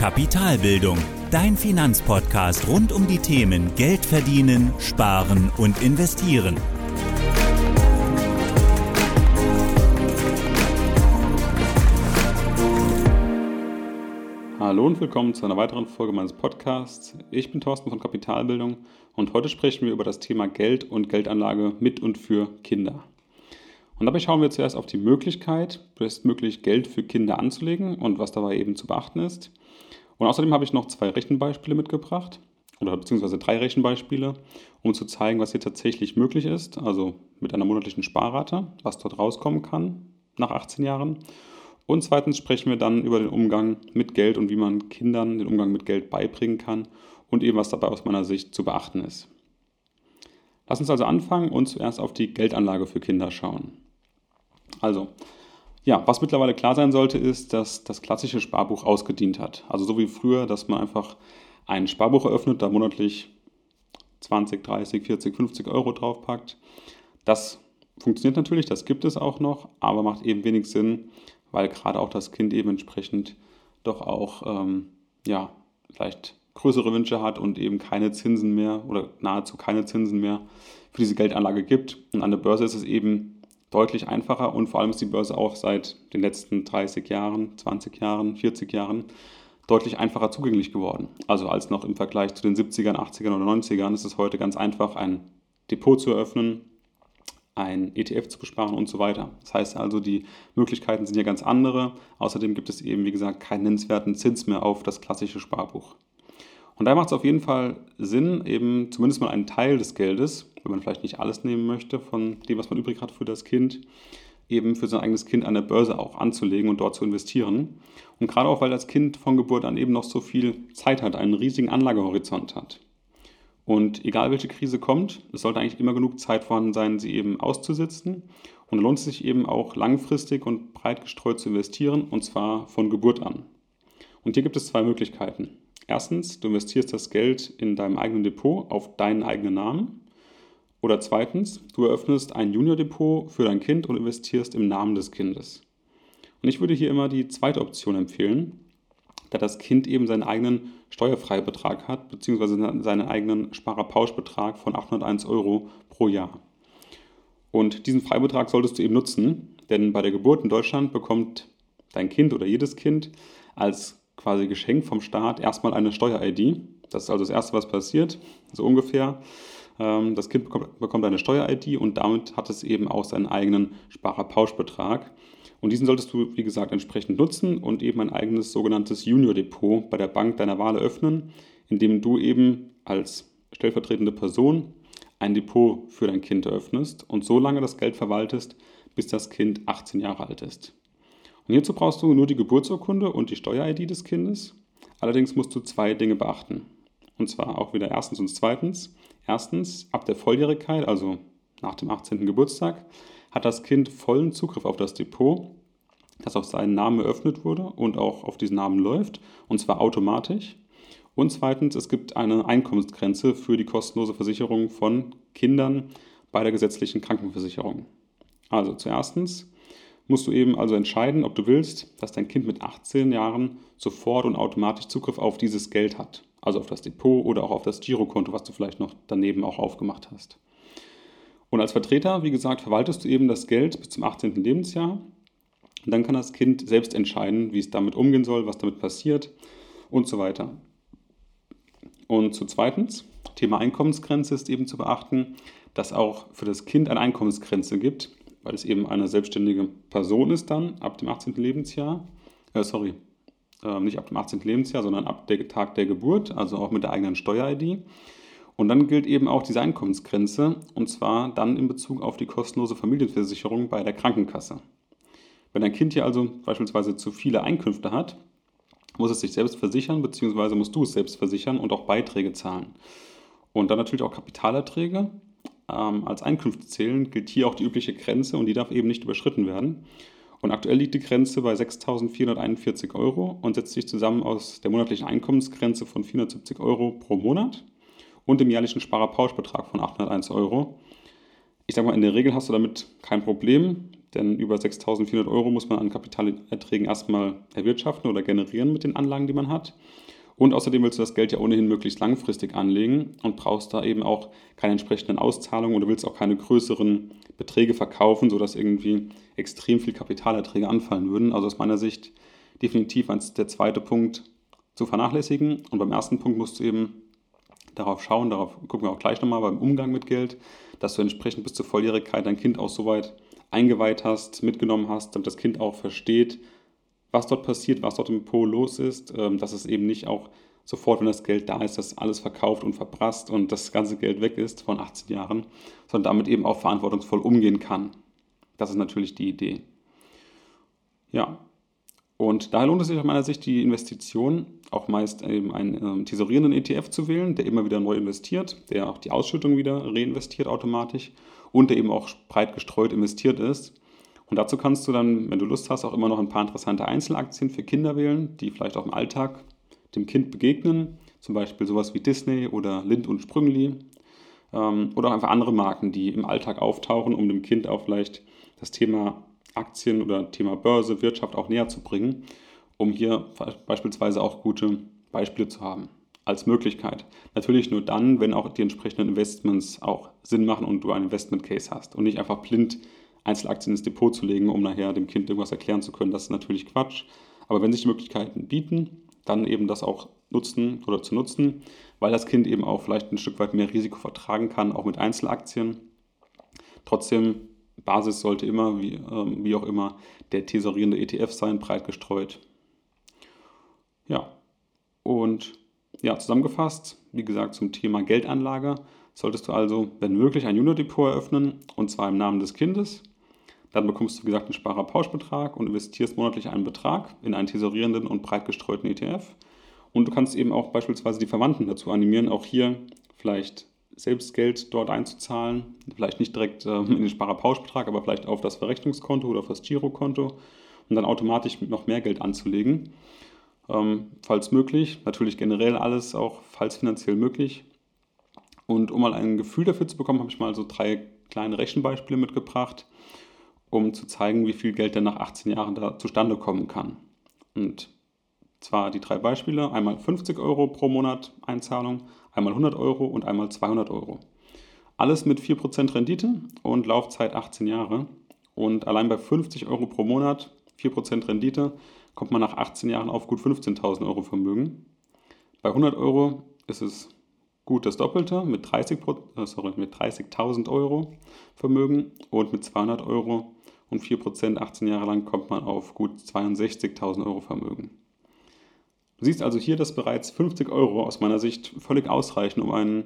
Kapitalbildung, dein Finanzpodcast rund um die Themen Geld verdienen, sparen und investieren. Hallo und willkommen zu einer weiteren Folge meines Podcasts. Ich bin Thorsten von Kapitalbildung und heute sprechen wir über das Thema Geld und Geldanlage mit und für Kinder. Und dabei schauen wir zuerst auf die Möglichkeit, bestmöglich Geld für Kinder anzulegen und was dabei eben zu beachten ist. Und außerdem habe ich noch 2 Rechenbeispiele mitgebracht, oder beziehungsweise 3 Rechenbeispiele, um zu zeigen, was hier tatsächlich möglich ist, also mit einer monatlichen Sparrate, was dort rauskommen kann nach 18 Jahren. Und zweitens sprechen wir dann über den Umgang mit Geld und wie man Kindern den Umgang mit Geld beibringen kann und eben was dabei aus meiner Sicht zu beachten ist. Lass uns also anfangen und zuerst auf die Geldanlage für Kinder schauen. Also, ja, was mittlerweile klar sein sollte, ist, dass das klassische Sparbuch ausgedient hat. Also so wie früher, dass man einfach ein Sparbuch eröffnet, da monatlich 20, 30, 40, 50 Euro draufpackt. Das funktioniert natürlich, das gibt es auch noch, aber macht eben wenig Sinn, weil gerade auch das Kind eben entsprechend doch auch vielleicht größere Wünsche hat und eben keine Zinsen mehr oder nahezu keine Zinsen mehr für diese Geldanlage gibt. Und an der Börse ist es eben deutlich einfacher und vor allem ist die Börse auch seit den letzten 30 Jahren, 20 Jahren, 40 Jahren deutlich einfacher zugänglich geworden. Also als noch im Vergleich zu den 70ern, 80ern oder 90ern ist es heute ganz einfach, ein Depot zu eröffnen, ein ETF zu besparen und so weiter. Das heißt also, die Möglichkeiten sind ja ganz andere. Außerdem gibt es eben, wie gesagt, keinen nennenswerten Zins mehr auf das klassische Sparbuch. Und da macht es auf jeden Fall Sinn, eben zumindest mal einen Teil des Geldes, wenn man vielleicht nicht alles nehmen möchte von dem, was man übrig hat für das Kind, eben für sein eigenes Kind an der Börse auch anzulegen und dort zu investieren. Und gerade auch, weil das Kind von Geburt an eben noch so viel Zeit hat, einen riesigen Anlagehorizont hat. Und egal welche Krise kommt, es sollte eigentlich immer genug Zeit vorhanden sein, sie eben auszusitzen. Und da lohnt es sich eben auch langfristig und breit gestreut zu investieren, und zwar von Geburt an. Und hier gibt es 2 Möglichkeiten. Erstens, du investierst das Geld in deinem eigenen Depot auf deinen eigenen Namen. Oder zweitens, du eröffnest ein Junior-Depot für dein Kind und investierst im Namen des Kindes. Und ich würde hier immer die zweite Option empfehlen, da das Kind eben seinen eigenen Steuerfreibetrag hat, beziehungsweise seinen eigenen Sparerpauschbetrag von 801 Euro pro Jahr. Und diesen Freibetrag solltest du eben nutzen, denn bei der Geburt in Deutschland bekommt dein Kind oder jedes Kind als quasi Geschenk vom Staat erstmal eine Steuer-ID. Das ist also das Erste, was passiert, so ungefähr. Das Kind bekommt eine Steuer-ID und damit hat es eben auch seinen eigenen Sparerpauschbetrag. Und diesen solltest du, wie gesagt, entsprechend nutzen und eben ein eigenes sogenanntes Junior-Depot bei der Bank deiner Wahl eröffnen, indem du eben als stellvertretende Person ein Depot für dein Kind eröffnest und so lange das Geld verwaltest, bis das Kind 18 Jahre alt ist. Und hierzu brauchst du nur die Geburtsurkunde und die Steuer-ID des Kindes. Allerdings musst du 2 Dinge beachten. Und zwar auch wieder erstens und zweitens. Erstens, ab der Volljährigkeit, also nach dem 18. Geburtstag, hat das Kind vollen Zugriff auf das Depot, das auf seinen Namen eröffnet wurde und auch auf diesen Namen läuft, und zwar automatisch. Und zweitens, es gibt eine Einkommensgrenze für die kostenlose Versicherung von Kindern bei der gesetzlichen Krankenversicherung. Also zuerstens musst du eben also entscheiden, ob du willst, dass dein Kind mit 18 Jahren sofort und automatisch Zugriff auf dieses Geld hat. Also auf das Depot oder auch auf das Girokonto, was du vielleicht noch daneben auch aufgemacht hast. Und als Vertreter, wie gesagt, verwaltest du eben das Geld bis zum 18. Lebensjahr. Und dann kann das Kind selbst entscheiden, wie es damit umgehen soll, was damit passiert und so weiter. Und zu zweitens, Thema Einkommensgrenze ist eben zu beachten, dass auch für das Kind eine Einkommensgrenze gibt, weil es eben eine selbstständige Person ist dann ab dem 18. Lebensjahr. Nicht ab dem 18. Lebensjahr, sondern ab dem Tag der Geburt, also auch mit der eigenen Steuer-ID. Und dann gilt eben auch diese Einkommensgrenze, und zwar dann in Bezug auf die kostenlose Familienversicherung bei der Krankenkasse. Wenn ein Kind hier also beispielsweise zu viele Einkünfte hat, muss es sich selbst versichern, beziehungsweise musst du es selbst versichern und auch Beiträge zahlen. Und dann natürlich auch Kapitalerträge. Als Einkünfte zählen, gilt hier auch die übliche Grenze und die darf eben nicht überschritten werden. Und aktuell liegt die Grenze bei 6.441 Euro und setzt sich zusammen aus der monatlichen Einkommensgrenze von 470 Euro pro Monat und dem jährlichen Sparerpauschbetrag von 801 Euro. Ich sage mal, in der Regel hast du damit kein Problem, denn über 6.400 Euro muss man an Kapitalerträgen erstmal erwirtschaften oder generieren mit den Anlagen, die man hat. Und außerdem willst du das Geld ja ohnehin möglichst langfristig anlegen und brauchst da eben auch keine entsprechenden Auszahlungen oder willst auch keine größeren Beträge verkaufen, sodass irgendwie extrem viel Kapitalerträge anfallen würden. Also aus meiner Sicht definitiv der zweite Punkt zu vernachlässigen. Und beim ersten Punkt musst du eben darauf schauen, darauf gucken wir auch gleich nochmal beim Umgang mit Geld, dass du entsprechend bis zur Volljährigkeit dein Kind auch so weit eingeweiht hast, mitgenommen hast, damit das Kind auch versteht, was dort passiert, was dort im Po los ist, dass es eben nicht auch sofort, wenn das Geld da ist, das alles verkauft und verprasst und das ganze Geld weg ist von 18 Jahren, sondern damit eben auch verantwortungsvoll umgehen kann. Das ist natürlich die Idee. Ja, und daher lohnt es sich aus meiner Sicht, die Investition auch meist eben einen tesorierenden ETF zu wählen, der immer wieder neu investiert, der auch die Ausschüttung wieder reinvestiert automatisch und der eben auch breit gestreut investiert ist. Und dazu kannst du dann, wenn du Lust hast, auch immer noch ein paar interessante Einzelaktien für Kinder wählen, die vielleicht auch im Alltag dem Kind begegnen. Zum Beispiel sowas wie Disney oder Lindt und Sprüngli. Oder auch einfach andere Marken, die im Alltag auftauchen, um dem Kind auch vielleicht das Thema Aktien oder Thema Börse, Wirtschaft auch näher zu bringen, um hier beispielsweise auch gute Beispiele zu haben als Möglichkeit. Natürlich nur dann, wenn auch die entsprechenden Investments auch Sinn machen und du einen Investment Case hast und nicht einfach blind Einzelaktien ins Depot zu legen, um nachher dem Kind irgendwas erklären zu können. Das ist natürlich Quatsch. Aber wenn sich die Möglichkeiten bieten, dann eben das auch nutzen oder zu nutzen, weil das Kind eben auch vielleicht ein Stück weit mehr Risiko vertragen kann, auch mit Einzelaktien. Trotzdem, Basis sollte immer, wie auch immer, der tesorierende ETF sein, breit gestreut. Ja, und ja, zusammengefasst, wie gesagt, zum Thema Geldanlage solltest du also, wenn möglich, ein Junior-Depot eröffnen, und zwar im Namen des Kindes. Dann bekommst du, wie gesagt, einen Sparerpauschbetrag und investierst monatlich einen Betrag in einen tesorierenden und breit gestreuten ETF. Und du kannst eben auch beispielsweise die Verwandten dazu animieren, auch hier vielleicht selbst Geld dort einzuzahlen. Vielleicht nicht direkt in den Sparerpauschbetrag, aber vielleicht auf das Verrechnungskonto oder auf das Girokonto und dann automatisch noch mehr Geld anzulegen. Falls möglich, natürlich generell alles auch, falls finanziell möglich. Und um mal ein Gefühl dafür zu bekommen, habe ich mal so 3 kleine Rechenbeispiele mitgebracht, um zu zeigen, wie viel Geld denn nach 18 Jahren da zustande kommen kann. Und zwar die 3 Beispiele, einmal 50 Euro pro Monat Einzahlung, einmal 100 Euro und einmal 200 Euro. Alles mit 4% Rendite und Laufzeit 18 Jahre. Und allein bei 50 Euro pro Monat, 4% Rendite, kommt man nach 18 Jahren auf gut 15.000 Euro Vermögen. Bei 100 Euro ist es gut das Doppelte mit 30.000 Euro Vermögen und mit 200 Euro und 4% 18 Jahre lang kommt man auf gut 62.000 Euro Vermögen. Du siehst also hier, dass bereits 50 Euro aus meiner Sicht völlig ausreichen, um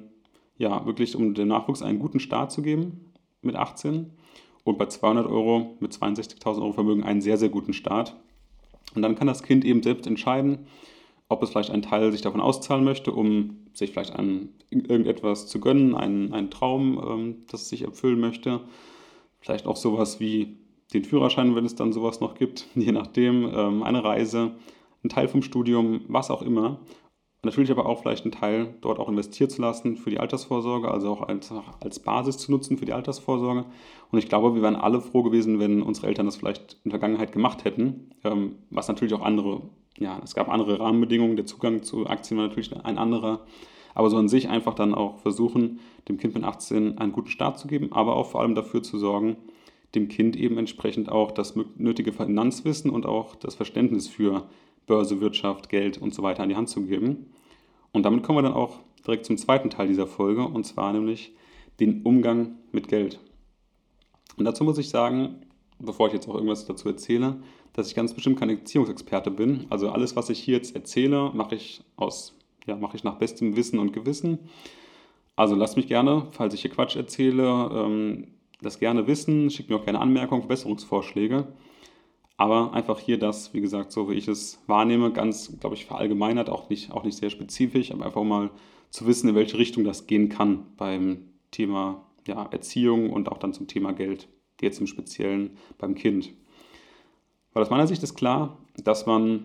um dem Nachwuchs einen guten Start zu geben mit 18 und bei 200 Euro mit 62.000 Euro Vermögen einen sehr, sehr guten Start. Und dann kann das Kind eben selbst entscheiden, ob es vielleicht einen Teil sich davon auszahlen möchte, um sich vielleicht an irgendetwas zu gönnen, einen Traum, das es sich erfüllen möchte. Vielleicht auch sowas wie den Führerschein, wenn es dann sowas noch gibt, je nachdem, eine Reise, ein Teil vom Studium, was auch immer. Natürlich aber auch vielleicht einen Teil dort auch investiert zu lassen für die Altersvorsorge, also auch als Basis zu nutzen für die Altersvorsorge. Und ich glaube, wir wären alle froh gewesen, wenn unsere Eltern das vielleicht in der Vergangenheit gemacht hätten, was natürlich auch es gab andere Rahmenbedingungen, der Zugang zu Aktien war natürlich ein anderer, aber so an sich einfach dann auch versuchen, dem Kind mit 18 einen guten Start zu geben, aber auch vor allem dafür zu sorgen, dem Kind eben entsprechend auch das nötige Finanzwissen und auch das Verständnis für Börse, Wirtschaft, Geld und so weiter an die Hand zu geben. Und damit kommen wir dann auch direkt zum zweiten Teil dieser Folge, und zwar nämlich den Umgang mit Geld. Und dazu muss ich sagen, bevor ich jetzt auch irgendwas dazu erzähle, dass ich ganz bestimmt kein Erziehungsexperte bin. Also alles, was ich hier jetzt erzähle, mache ich nach bestem Wissen und Gewissen. Also lasst mich gerne, falls ich hier Quatsch erzähle, das gerne wissen. Schickt mir auch gerne Anmerkungen, Verbesserungsvorschläge. Aber einfach hier das, wie gesagt, so wie ich es wahrnehme, ganz, glaube ich, verallgemeinert, auch nicht sehr spezifisch, aber einfach mal zu wissen, in welche Richtung das gehen kann beim Thema Erziehung und auch dann zum Thema Geld, jetzt im Speziellen beim Kind. Weil aus meiner Sicht ist klar, dass man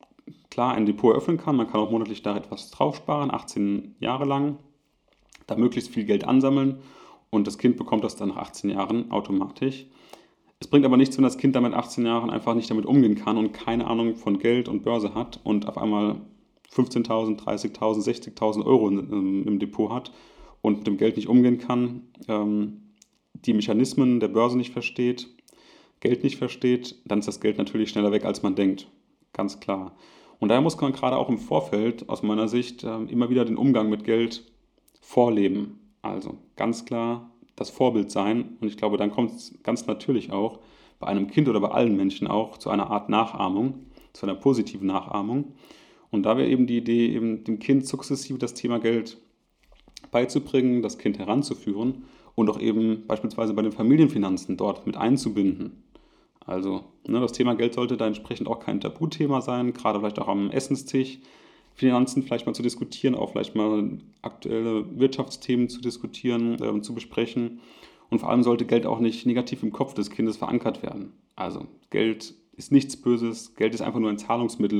ein Depot eröffnen kann. Man kann auch monatlich da etwas draufsparen, 18 Jahre lang, da möglichst viel Geld ansammeln und das Kind bekommt das dann nach 18 Jahren automatisch. Es bringt aber nichts, wenn das Kind dann mit 18 Jahren einfach nicht damit umgehen kann und keine Ahnung von Geld und Börse hat und auf einmal 15.000, 30.000, 60.000 Euro im Depot hat und mit dem Geld nicht umgehen kann, die Mechanismen der Börse nicht versteht, Geld nicht versteht, dann ist das Geld natürlich schneller weg, als man denkt. Ganz klar. Und daher muss man gerade auch im Vorfeld aus meiner Sicht immer wieder den Umgang mit Geld vorleben. Also ganz klar das Vorbild sein. Und ich glaube, dann kommt es ganz natürlich auch bei einem Kind oder bei allen Menschen auch zu einer Art Nachahmung, zu einer positiven Nachahmung. Und da wäre eben die Idee, eben dem Kind sukzessive das Thema Geld beizubringen, das Kind heranzuführen und auch eben beispielsweise bei den Familienfinanzen dort mit einzubinden. Also das Thema Geld sollte da entsprechend auch kein Tabuthema sein, gerade vielleicht auch am Essenstisch, Finanzen vielleicht mal zu diskutieren, auch vielleicht mal aktuelle Wirtschaftsthemen zu diskutieren, zu besprechen. Und vor allem sollte Geld auch nicht negativ im Kopf des Kindes verankert werden. Also Geld ist nichts Böses, Geld ist einfach nur ein Zahlungsmittel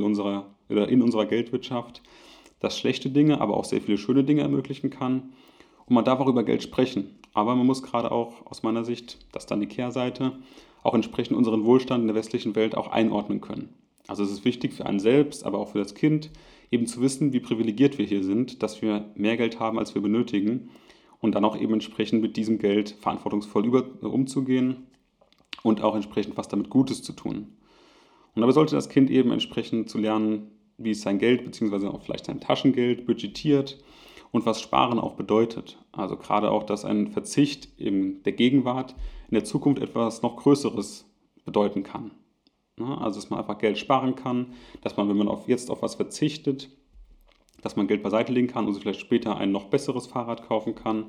in unserer Geldwirtschaft, das schlechte Dinge, aber auch sehr viele schöne Dinge ermöglichen kann. Und man darf auch über Geld sprechen. Aber man muss gerade auch aus meiner Sicht, das ist dann die Kehrseite, auch entsprechend unseren Wohlstand in der westlichen Welt auch einordnen können. Also es ist wichtig für einen selbst, aber auch für das Kind, eben zu wissen, wie privilegiert wir hier sind, dass wir mehr Geld haben, als wir benötigen und dann auch eben entsprechend mit diesem Geld verantwortungsvoll umzugehen und auch entsprechend was damit Gutes zu tun. Und dabei sollte das Kind eben entsprechend zu lernen, wie es sein Geld bzw. auch vielleicht sein Taschengeld budgetiert und was Sparen auch bedeutet. Also gerade auch, dass ein Verzicht in der Gegenwart in der Zukunft etwas noch Größeres bedeuten kann. Also dass man einfach Geld sparen kann, dass man, wenn man jetzt auf was verzichtet, dass man Geld beiseite legen kann und sich vielleicht später ein noch besseres Fahrrad kaufen kann.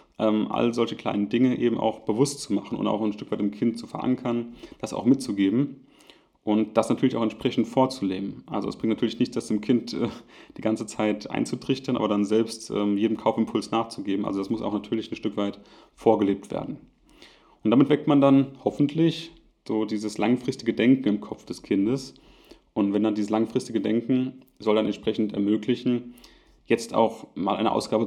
All solche kleinen Dinge eben auch bewusst zu machen und auch ein Stück weit dem Kind zu verankern, das auch mitzugeben. Und das natürlich auch entsprechend vorzuleben. Also es bringt natürlich nicht, das dem Kind die ganze Zeit einzutrichtern, aber dann selbst jedem Kaufimpuls nachzugeben. Also das muss auch natürlich ein Stück weit vorgelebt werden. Und damit weckt man dann hoffentlich so dieses langfristige Denken im Kopf des Kindes. Und wenn dann dieses langfristige Denken soll dann entsprechend ermöglichen, jetzt auch mal eine Ausgabe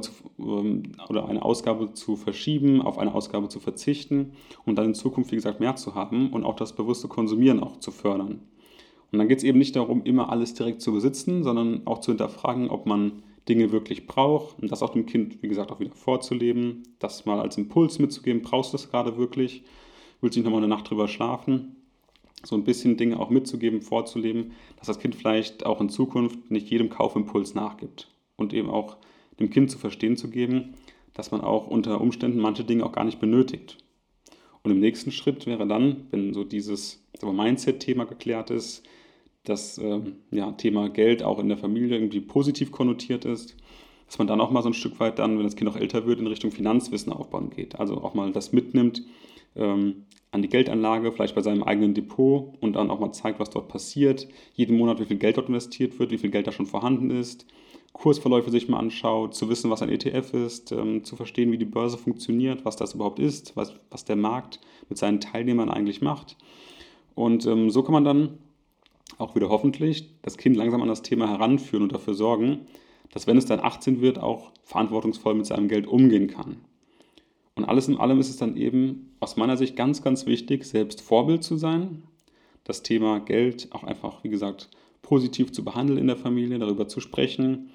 zu verschieben, auf eine Ausgabe zu verzichten und dann in Zukunft, wie gesagt, mehr zu haben und auch das bewusste Konsumieren auch zu fördern. Und dann geht es eben nicht darum, immer alles direkt zu besitzen, sondern auch zu hinterfragen, ob man Dinge wirklich braucht und das auch dem Kind, wie gesagt, auch wieder vorzuleben, das mal als Impuls mitzugeben, brauchst du das gerade wirklich, willst du nicht nochmal eine Nacht drüber schlafen? So ein bisschen Dinge auch mitzugeben, vorzuleben, dass das Kind vielleicht auch in Zukunft nicht jedem Kaufimpuls nachgibt. Und eben auch dem Kind zu verstehen zu geben, dass man auch unter Umständen manche Dinge auch gar nicht benötigt. Und im nächsten Schritt wäre dann, wenn so dieses Mindset-Thema geklärt ist, das Thema Geld auch in der Familie irgendwie positiv konnotiert ist, dass man dann auch mal so ein Stück weit dann, wenn das Kind auch älter wird, in Richtung Finanzwissen aufbauen geht. Also auch mal das mitnimmt an die Geldanlage, vielleicht bei seinem eigenen Depot und dann auch mal zeigt, was dort passiert, jeden Monat, wie viel Geld dort investiert wird, wie viel Geld da schon vorhanden ist, Kursverläufe sich mal anschaut, zu wissen, was ein ETF ist, zu verstehen, wie die Börse funktioniert, was das überhaupt ist, was der Markt mit seinen Teilnehmern eigentlich macht. Und so kann man dann auch wieder hoffentlich das Kind langsam an das Thema heranführen und dafür sorgen, dass, wenn es dann 18 wird, auch verantwortungsvoll mit seinem Geld umgehen kann. Und alles in allem ist es dann eben aus meiner Sicht ganz, ganz wichtig, selbst Vorbild zu sein, das Thema Geld auch einfach, wie gesagt, positiv zu behandeln in der Familie, darüber zu sprechen,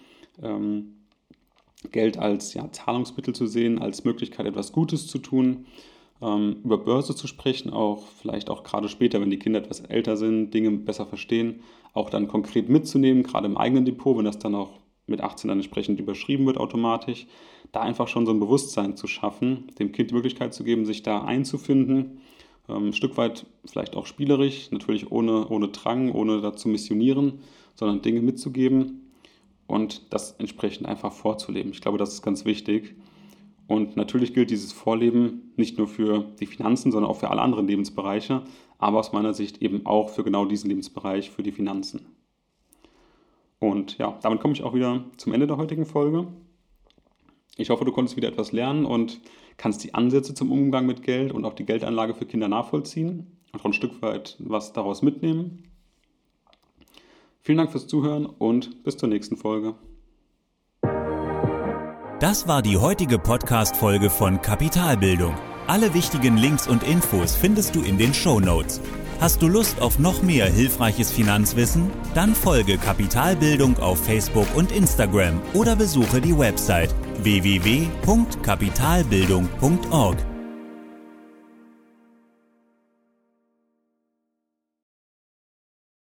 Geld als Zahlungsmittel zu sehen, als Möglichkeit, etwas Gutes zu tun, über Börse zu sprechen, auch vielleicht auch gerade später, wenn die Kinder etwas älter sind, Dinge besser verstehen, auch dann konkret mitzunehmen, gerade im eigenen Depot, wenn das dann auch mit 18 dann entsprechend überschrieben wird automatisch, da einfach schon so ein Bewusstsein zu schaffen, dem Kind die Möglichkeit zu geben, sich da einzufinden, ein Stück weit vielleicht auch spielerisch, natürlich ohne Drang, ohne da zu missionieren, sondern Dinge mitzugeben und das entsprechend einfach vorzuleben. Ich glaube, das ist ganz wichtig. Und natürlich gilt dieses Vorleben nicht nur für die Finanzen, sondern auch für alle anderen Lebensbereiche, aber aus meiner Sicht eben auch für genau diesen Lebensbereich, für die Finanzen. Und ja, damit komme ich auch wieder zum Ende der heutigen Folge. Ich hoffe, du konntest wieder etwas lernen und kannst die Ansätze zum Umgang mit Geld und auch die Geldanlage für Kinder nachvollziehen und auch ein Stück weit was daraus mitnehmen. Vielen Dank fürs Zuhören und bis zur nächsten Folge. Das war die heutige Podcast-Folge von Kapitalbildung. Alle wichtigen Links und Infos findest du in den Shownotes. Hast du Lust auf noch mehr hilfreiches Finanzwissen? Dann folge Kapitalbildung auf Facebook und Instagram oder besuche die Website www.kapitalbildung.org.